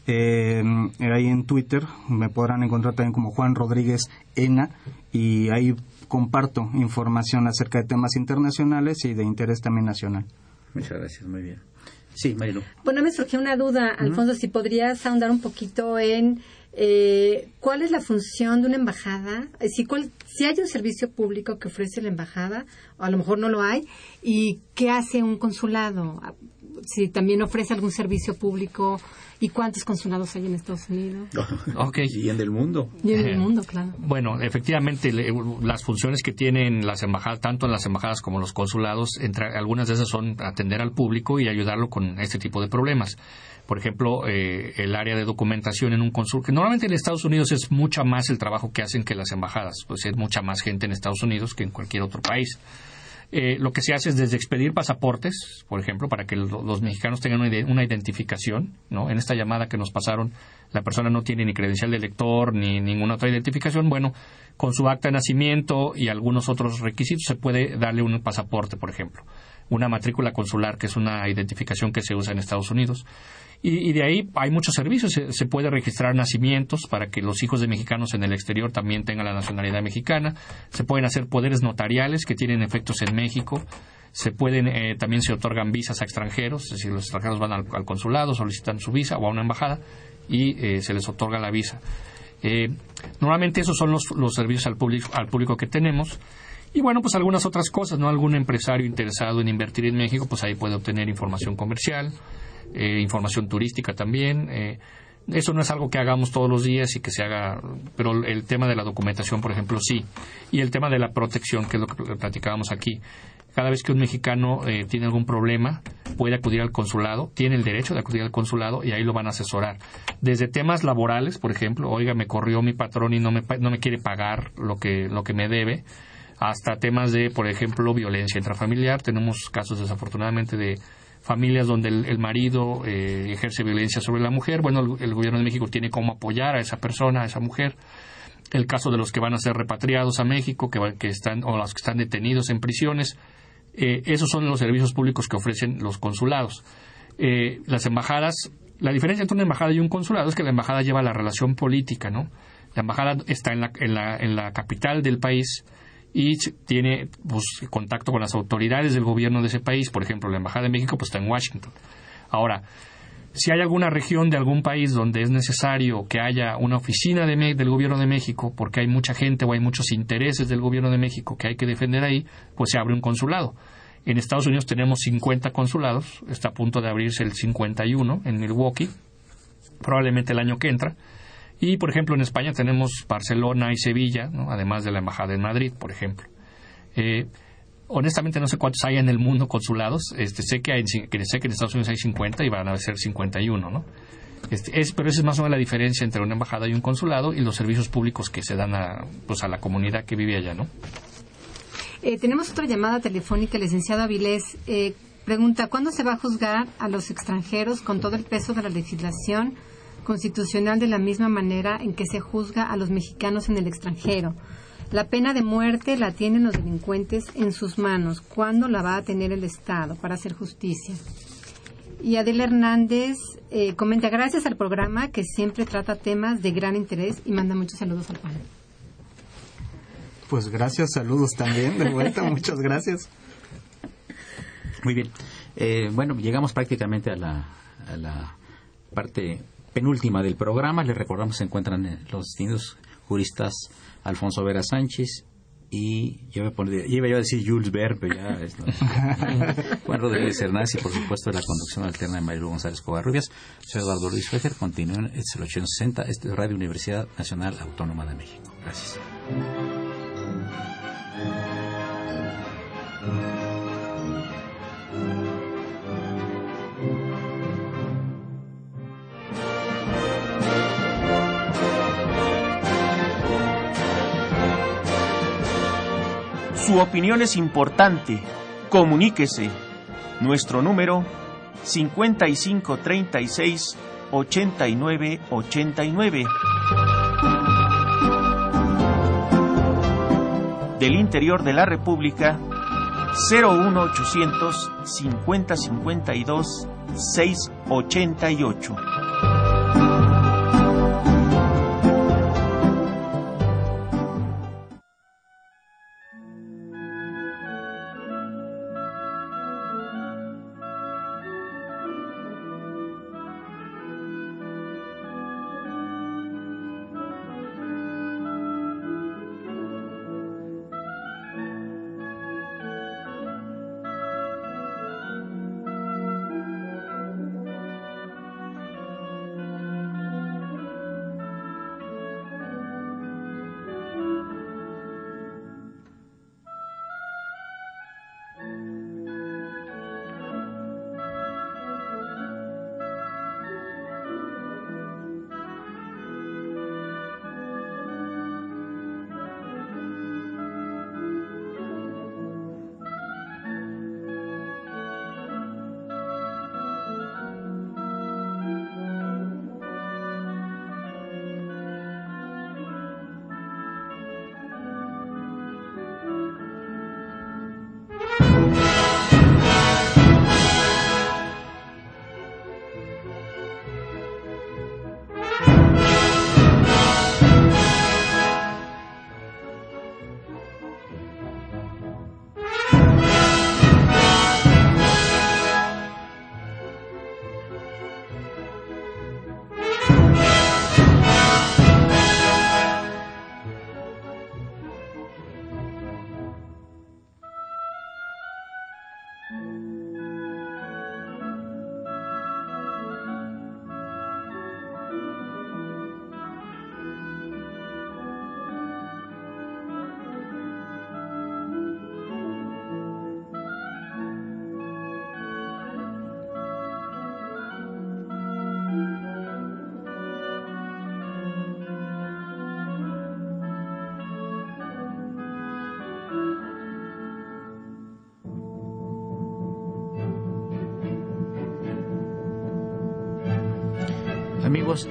Ahí en Twitter me podrán encontrar también como Juan Rodríguez ENA, y ahí comparto información acerca de temas internacionales y de interés también nacional. Muchas gracias, muy bien. Sí, Marilu. Bueno, me surgió una duda, Alfonso, si podrías ahondar un poquito en ¿cuál es la función de una embajada? Si hay un servicio público que ofrece la embajada, o a lo mejor no lo hay, ¿y qué hace un consulado? Si también ofrece algún servicio público, ¿y cuántos consulados hay en Estados Unidos? Okay. Y en el mundo. Y en el mundo, claro. Bueno, efectivamente, las funciones que tienen las embajadas, tanto en las embajadas como los consulados, algunas de esas son atender al público y ayudarlo con este tipo de problemas. Por ejemplo, el área de documentación en un consulado, que normalmente en Estados Unidos es mucha más el trabajo que hacen que las embajadas, pues es mucha más gente en Estados Unidos que en cualquier otro país. Lo que se hace es desde expedir pasaportes, por ejemplo, para que los mexicanos tengan una identificación, ¿no? En esta llamada que nos pasaron, la persona no tiene ni credencial de lector ni ninguna otra identificación. Bueno, con su acta de nacimiento y algunos otros requisitos se puede darle un pasaporte, por ejemplo. Una matrícula consular, que es una identificación que se usa en Estados Unidos. Y de ahí hay muchos servicios. Se puede registrar nacimientos para que los hijos de mexicanos en el exterior también tengan la nacionalidad mexicana. Se pueden hacer poderes notariales que tienen efectos en México. También se otorgan visas a extranjeros. Es decir, los extranjeros van al consulado, solicitan su visa o a una embajada y se les otorga la visa. Normalmente esos son los servicios al público que tenemos. Y bueno, pues algunas otras cosas, ¿no? Algún empresario interesado en invertir en México, pues ahí puede obtener información comercial, información turística también. Eso no es algo que hagamos todos los días y que se haga, pero el tema de la documentación, por ejemplo, sí. Y el tema de la protección, que es lo que platicábamos aquí. Cada vez que un mexicano tiene algún problema, puede acudir al consulado, tiene el derecho de acudir al consulado y ahí lo van a asesorar. Desde temas laborales, por ejemplo, oiga, me corrió mi patrón y no me quiere pagar lo que me debe, hasta temas de, por ejemplo, violencia intrafamiliar. Tenemos casos, desafortunadamente, de familias donde el marido ejerce violencia sobre la mujer. Bueno, el gobierno de México tiene cómo apoyar a esa persona, a esa mujer. El caso de los que van a ser repatriados a México, que están, o los que están detenidos en prisiones. Esos son los servicios públicos que ofrecen los consulados. Las embajadas La diferencia entre una embajada y un consulado es que la embajada lleva la relación política, ¿no? La embajada está en la capital del país y tiene pues, contacto con las autoridades del gobierno de ese país. Por ejemplo, la embajada de México pues, está en Washington. Ahora, si hay alguna región de algún país donde es necesario que haya una oficina del gobierno de México, porque hay mucha gente o hay muchos intereses del gobierno de México que hay que defender ahí, pues se abre un consulado. En Estados Unidos tenemos 50 consulados, está a punto de abrirse el 51 en Milwaukee, probablemente el año que entra. Y, por ejemplo, en España tenemos Barcelona y Sevilla, ¿no? Además de la embajada en Madrid, por ejemplo. Honestamente no sé cuántos hay en el mundo consulados. Sé que en Estados Unidos hay 50 y van a ser 51, ¿no? Pero esa es más o menos la diferencia entre una embajada y un consulado y los servicios públicos que se dan a la comunidad que vive allá, ¿no? Tenemos otra llamada telefónica. El licenciado Avilés pregunta, ¿cuándo se va a juzgar a los extranjeros con todo el peso de la legislación constitucional de la misma manera en que se juzga a los mexicanos en el extranjero? La pena de muerte la tienen los delincuentes en sus manos. ¿Cuándo la va a tener el Estado para hacer justicia? Y Adela Hernández comenta, gracias al programa que siempre trata temas de gran interés, y manda muchos saludos al panel. Pues gracias, saludos también, de vuelta, muchas gracias. Muy bien. Bueno, llegamos prácticamente a la parte penúltima del programa. Les recordamos que se encuentran los distintos juristas Alfonso Vera Sánchez y iba yo a decir Jules Verne, pero ya es Juan Rodríguez Hernández, y por supuesto la conducción alterna de Marilu González Covarrubias. Soy Eduardo Luis Fejer. Continúen, este es el 860, este es Radio Universidad Nacional Autónoma de México. Gracias. Su opinión es importante. Comuníquese. Nuestro número 5536-8989. Del interior de la República 01800 5052 688. Amigos,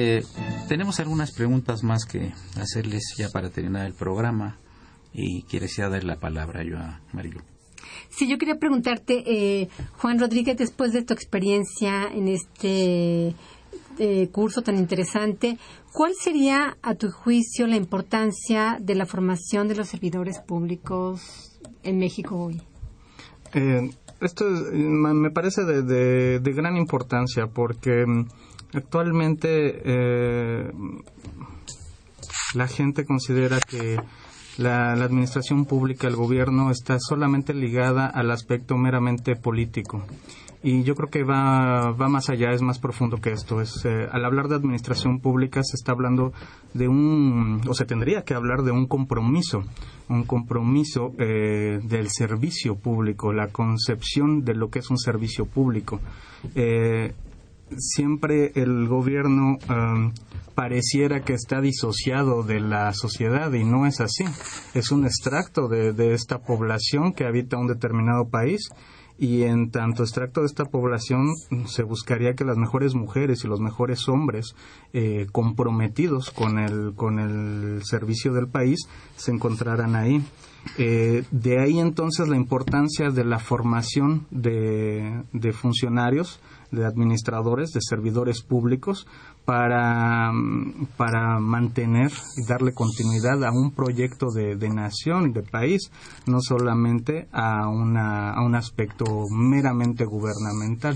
tenemos algunas preguntas más que hacerles ya para terminar el programa, y quisiera dar la palabra yo a Marilu. Sí, yo quería preguntarte, Juan Rodríguez, después de tu experiencia en este curso tan interesante, ¿cuál sería, a tu juicio, la importancia de la formación de los servidores públicos en México hoy? Esto me parece de gran importancia porque actualmente la gente considera que la administración pública, el gobierno, está solamente ligada al aspecto meramente político. Y yo creo que va más allá, es más profundo que esto. Al hablar de administración pública se está hablando o se tendría que hablar de un compromiso del servicio público, la concepción de lo que es un servicio público. Siempre el gobierno pareciera que está disociado de la sociedad y no es así. Es un extracto de esta población que habita un determinado país y en tanto extracto de esta población se buscaría que las mejores mujeres y los mejores hombres comprometidos con el servicio del país se encontraran ahí. De ahí entonces la importancia de la formación de funcionarios, de administradores, de servidores públicos para mantener y darle continuidad a un proyecto de nación, de país, no solamente a un aspecto meramente gubernamental.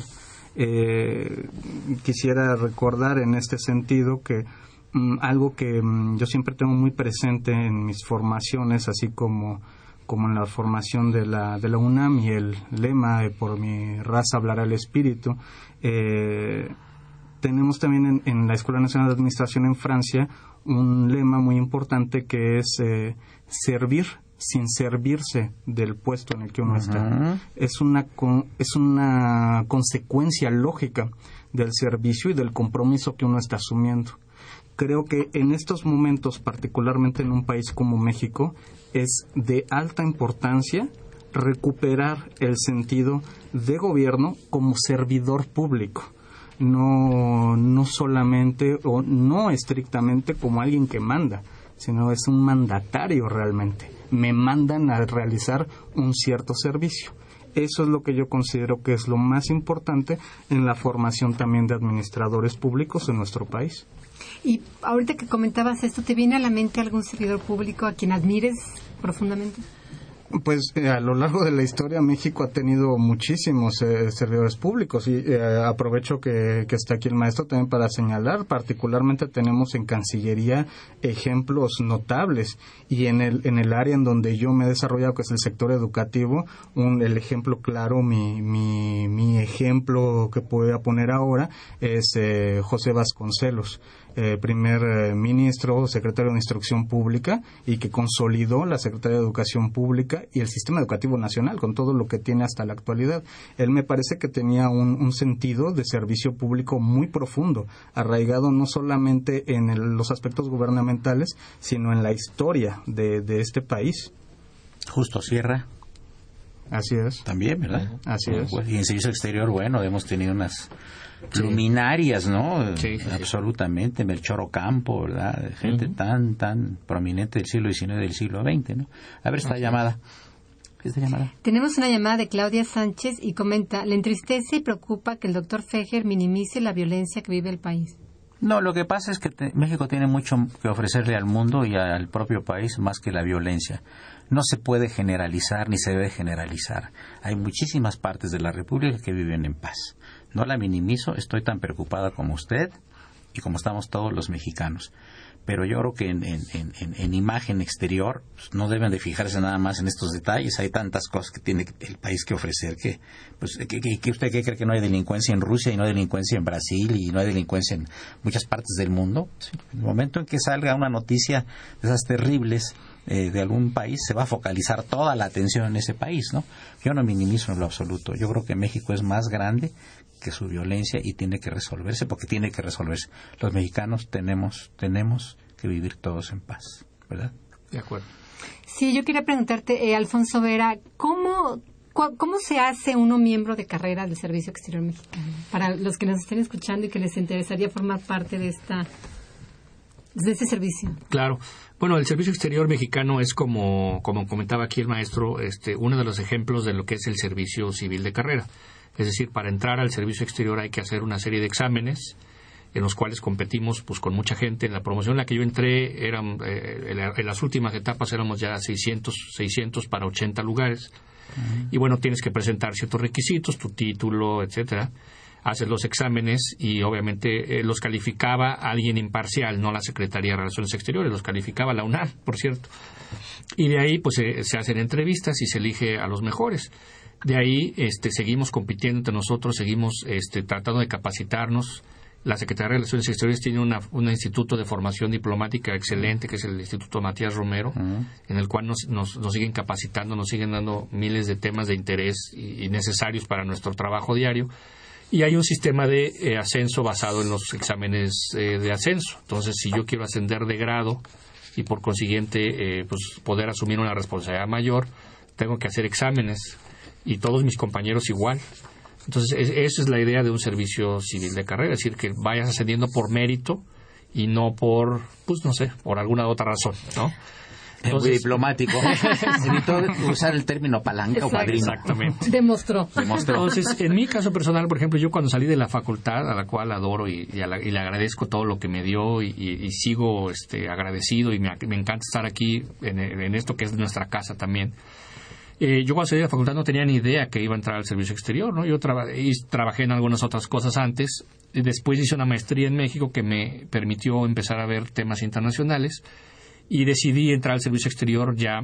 Quisiera recordar en este sentido que algo que yo siempre tengo muy presente en mis formaciones, así como en la formación de la UNAM y el lema de por mi raza hablará el espíritu. Tenemos también en la Escuela Nacional de Administración en Francia un lema muy importante que es servir sin servirse del puesto en el que uno está. Es una consecuencia lógica del servicio y del compromiso que uno está asumiendo. Creo que en estos momentos, particularmente en un país como México, es de alta importancia recuperar el sentido de gobierno como servidor público. No solamente o no estrictamente como alguien que manda, sino es un mandatario realmente. Me mandan a realizar un cierto servicio. Eso es lo que yo considero que es lo más importante en la formación también de administradores públicos en nuestro país. Y ahorita que comentabas esto, ¿te viene a la mente algún servidor público a quien admires profundamente? Pues a lo largo de la historia México ha tenido muchísimos servidores públicos y aprovecho que está aquí el maestro también para señalar, particularmente tenemos en Cancillería ejemplos notables y en el área en donde yo me he desarrollado, que es el sector educativo, el ejemplo claro, mi ejemplo que voy a poner ahora es José Vasconcelos, primer ministro, secretario de Instrucción Pública y que consolidó la Secretaría de Educación Pública y el sistema educativo nacional con todo lo que tiene hasta la actualidad. Él me parece que tenía un sentido de servicio público muy profundo, arraigado no solamente en los aspectos gubernamentales, sino en la historia de este país. Justo Sierra. Así es. También, ¿verdad? Así es. Y en servicio exterior, bueno, hemos tenido unas luminarias, ¿no? Sí. Absolutamente. Melchor Ocampo, ¿verdad? Gente tan prominente del siglo XIX y del siglo XX, ¿no? A ver esta llamada. ¿Esta llamada? Tenemos una llamada de Claudia Sánchez y comenta, le entristece y preocupa que el doctor Fejer minimice la violencia que vive el país. No, lo que pasa es que México tiene mucho que ofrecerle al mundo y al propio país más que la violencia. No se puede generalizar ni se debe generalizar. Hay muchísimas partes de la República que viven en paz. No la minimizo, estoy tan preocupada como usted y como estamos todos los mexicanos. Pero yo creo que en imagen exterior pues, no deben de fijarse nada más en estos detalles. Hay tantas cosas que tiene el país que ofrecer que ¿usted qué cree que no hay delincuencia en Rusia y no hay delincuencia en Brasil y no hay delincuencia en muchas partes del mundo? Sí, en el momento en que salga una noticia de esas terribles de algún país, se va a focalizar toda la atención en ese país, ¿no? Yo no minimizo en lo absoluto. Yo creo que México es más grande que su violencia y tiene que resolverse, porque tiene que resolverse. Los mexicanos tenemos que vivir todos en paz, ¿verdad? De acuerdo. Sí, yo quería preguntarte, Alfonso Vera, ¿cómo se hace uno miembro de carrera del Servicio Exterior Mexicano? Para los que nos estén escuchando y que les interesaría formar parte de de ese servicio? Claro. Bueno, el servicio exterior mexicano es como comentaba aquí el maestro, uno de los ejemplos de lo que es el servicio civil de carrera. Es decir, para entrar al servicio exterior hay que hacer una serie de exámenes en los cuales competimos pues con mucha gente. En la promoción en la que yo entré, en las últimas etapas éramos ya 600 para 80 lugares. Y bueno, tienes que presentar ciertos requisitos, tu título, etcétera. Haces los exámenes y obviamente los calificaba alguien imparcial, no la Secretaría de Relaciones Exteriores, los calificaba la UNAM, por cierto. Y de ahí pues se hacen entrevistas y se elige a los mejores. De ahí seguimos compitiendo entre nosotros, seguimos tratando de capacitarnos. La Secretaría de Relaciones Exteriores tiene un instituto de formación diplomática excelente, que es el Instituto Matías Romero, en el cual nos siguen capacitando, nos siguen dando miles de temas de interés y necesarios para nuestro trabajo diario. Y hay un sistema de ascenso basado en los exámenes de ascenso. Entonces, si yo quiero ascender de grado y por consiguiente pues poder asumir una responsabilidad mayor, tengo que hacer exámenes, y todos mis compañeros igual. Entonces, esa es la idea de un servicio civil de carrera, es decir, que vayas ascendiendo por mérito y no por, pues no sé, por alguna otra razón, ¿no? Entonces, muy diplomático. Evitó usar el término palanca o padrino. Exactamente. Demostró. Entonces, en mi caso personal, por ejemplo, yo cuando salí de la facultad, a la cual adoro y le agradezco todo lo que me dio y sigo agradecido y me encanta estar aquí en esto que es nuestra casa también. Yo cuando salí de la facultad no tenía ni idea que iba a entrar al servicio exterior, ¿no? Yo trabajé en algunas otras cosas antes, y después hice una maestría en México que me permitió empezar a ver temas internacionales y decidí entrar al servicio exterior ya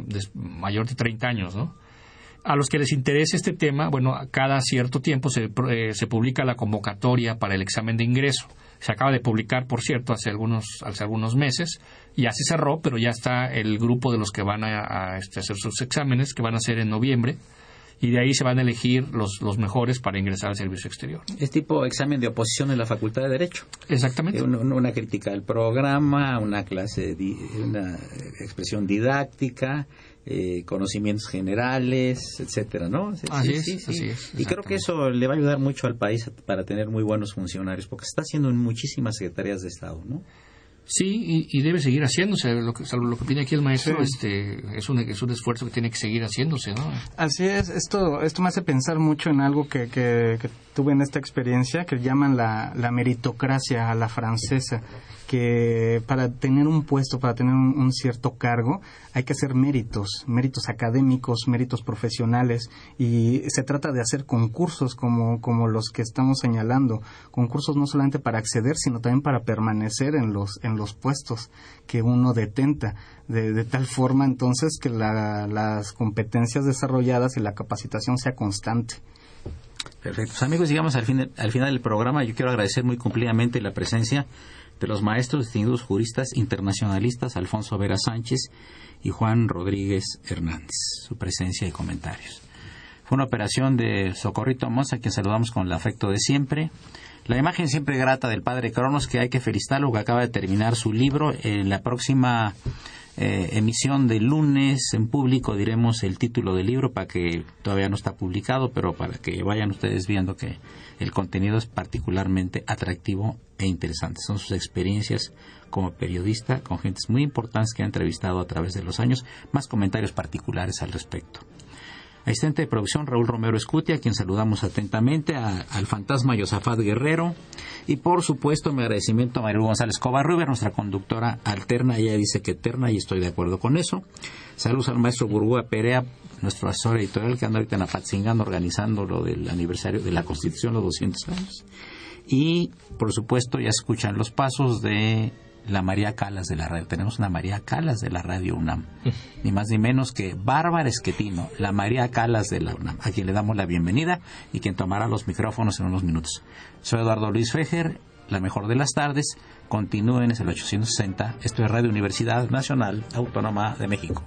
mayor de 30 años, ¿no? A los que les interese este tema, bueno, cada cierto tiempo se publica la convocatoria para el examen de ingreso. Se acaba de publicar, por cierto, hace algunos meses. Ya se cerró, pero ya está el grupo de los que van a hacer sus exámenes, que van a hacer en noviembre. Y de ahí se van a elegir los mejores para ingresar al servicio exterior. Es tipo examen de oposición en la Facultad de Derecho. Exactamente. Una crítica al programa, una clase, una expresión didáctica, conocimientos generales, etcétera, ¿no? Así es. Y creo que eso le va a ayudar mucho al país para tener muy buenos funcionarios, porque se está haciendo en muchísimas secretarías de Estado, ¿no? Sí, y debe seguir haciéndose. Salvo lo que pide aquí el maestro, sí. Es un esfuerzo que tiene que seguir haciéndose, ¿no? Así es. Esto me hace pensar mucho en algo que tuve en esta experiencia, que llaman la meritocracia a la francesa, que para tener un puesto, para tener un cierto cargo, hay que hacer méritos académicos, méritos profesionales, y se trata de hacer concursos como los que estamos señalando, concursos no solamente para acceder, sino también para permanecer en los puestos que uno detenta, de tal forma entonces que las competencias desarrolladas y la capacitación sea constante. Perfecto. Pues, amigos, llegamos al final del programa. Yo quiero agradecer muy cumplidamente la presencia de los maestros distinguidos juristas internacionalistas Alfonso Vera Sánchez y Juan Rodríguez Hernández, su presencia y comentarios. Fue una operación de Socorrito Amos, a quien saludamos con el afecto de siempre. La imagen siempre grata del padre Cronos, que hay que felicitarlo, que acaba de terminar su libro. En la próxima emisión del lunes en público diremos el título del libro, para que todavía no está publicado, pero para que vayan ustedes viendo que el contenido es particularmente atractivo e interesante. Son sus experiencias como periodista con gentes muy importantes que ha entrevistado a través de los años, más comentarios particulares al respecto. Asistente de producción Raúl Romero Escutia, a quien saludamos atentamente, al fantasma Yosafat Guerrero, y por supuesto mi agradecimiento a Marilu González Covarrubias, nuestra conductora alterna. Ella dice que eterna y estoy de acuerdo con eso. Saludos al maestro Burgúa Perea, nuestro asesor editorial, que anda ahorita en Apatzingán organizando lo del aniversario de la Constitución, los 200 años. Y por supuesto ya escuchan los pasos de la María Calas de la radio. Tenemos una María Calas de la radio UNAM, ni más ni menos que Bárbara Esquetino, la María Calas de la UNAM, a quien le damos la bienvenida y quien tomará los micrófonos en unos minutos. Soy Eduardo Luis Fejer, la mejor de las tardes. Continúen, es el 860. Esto es Radio Universidad Nacional Autónoma de México.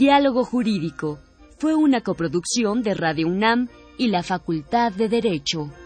Diálogo Jurídico fue una coproducción de Radio UNAM y la Facultad de Derecho.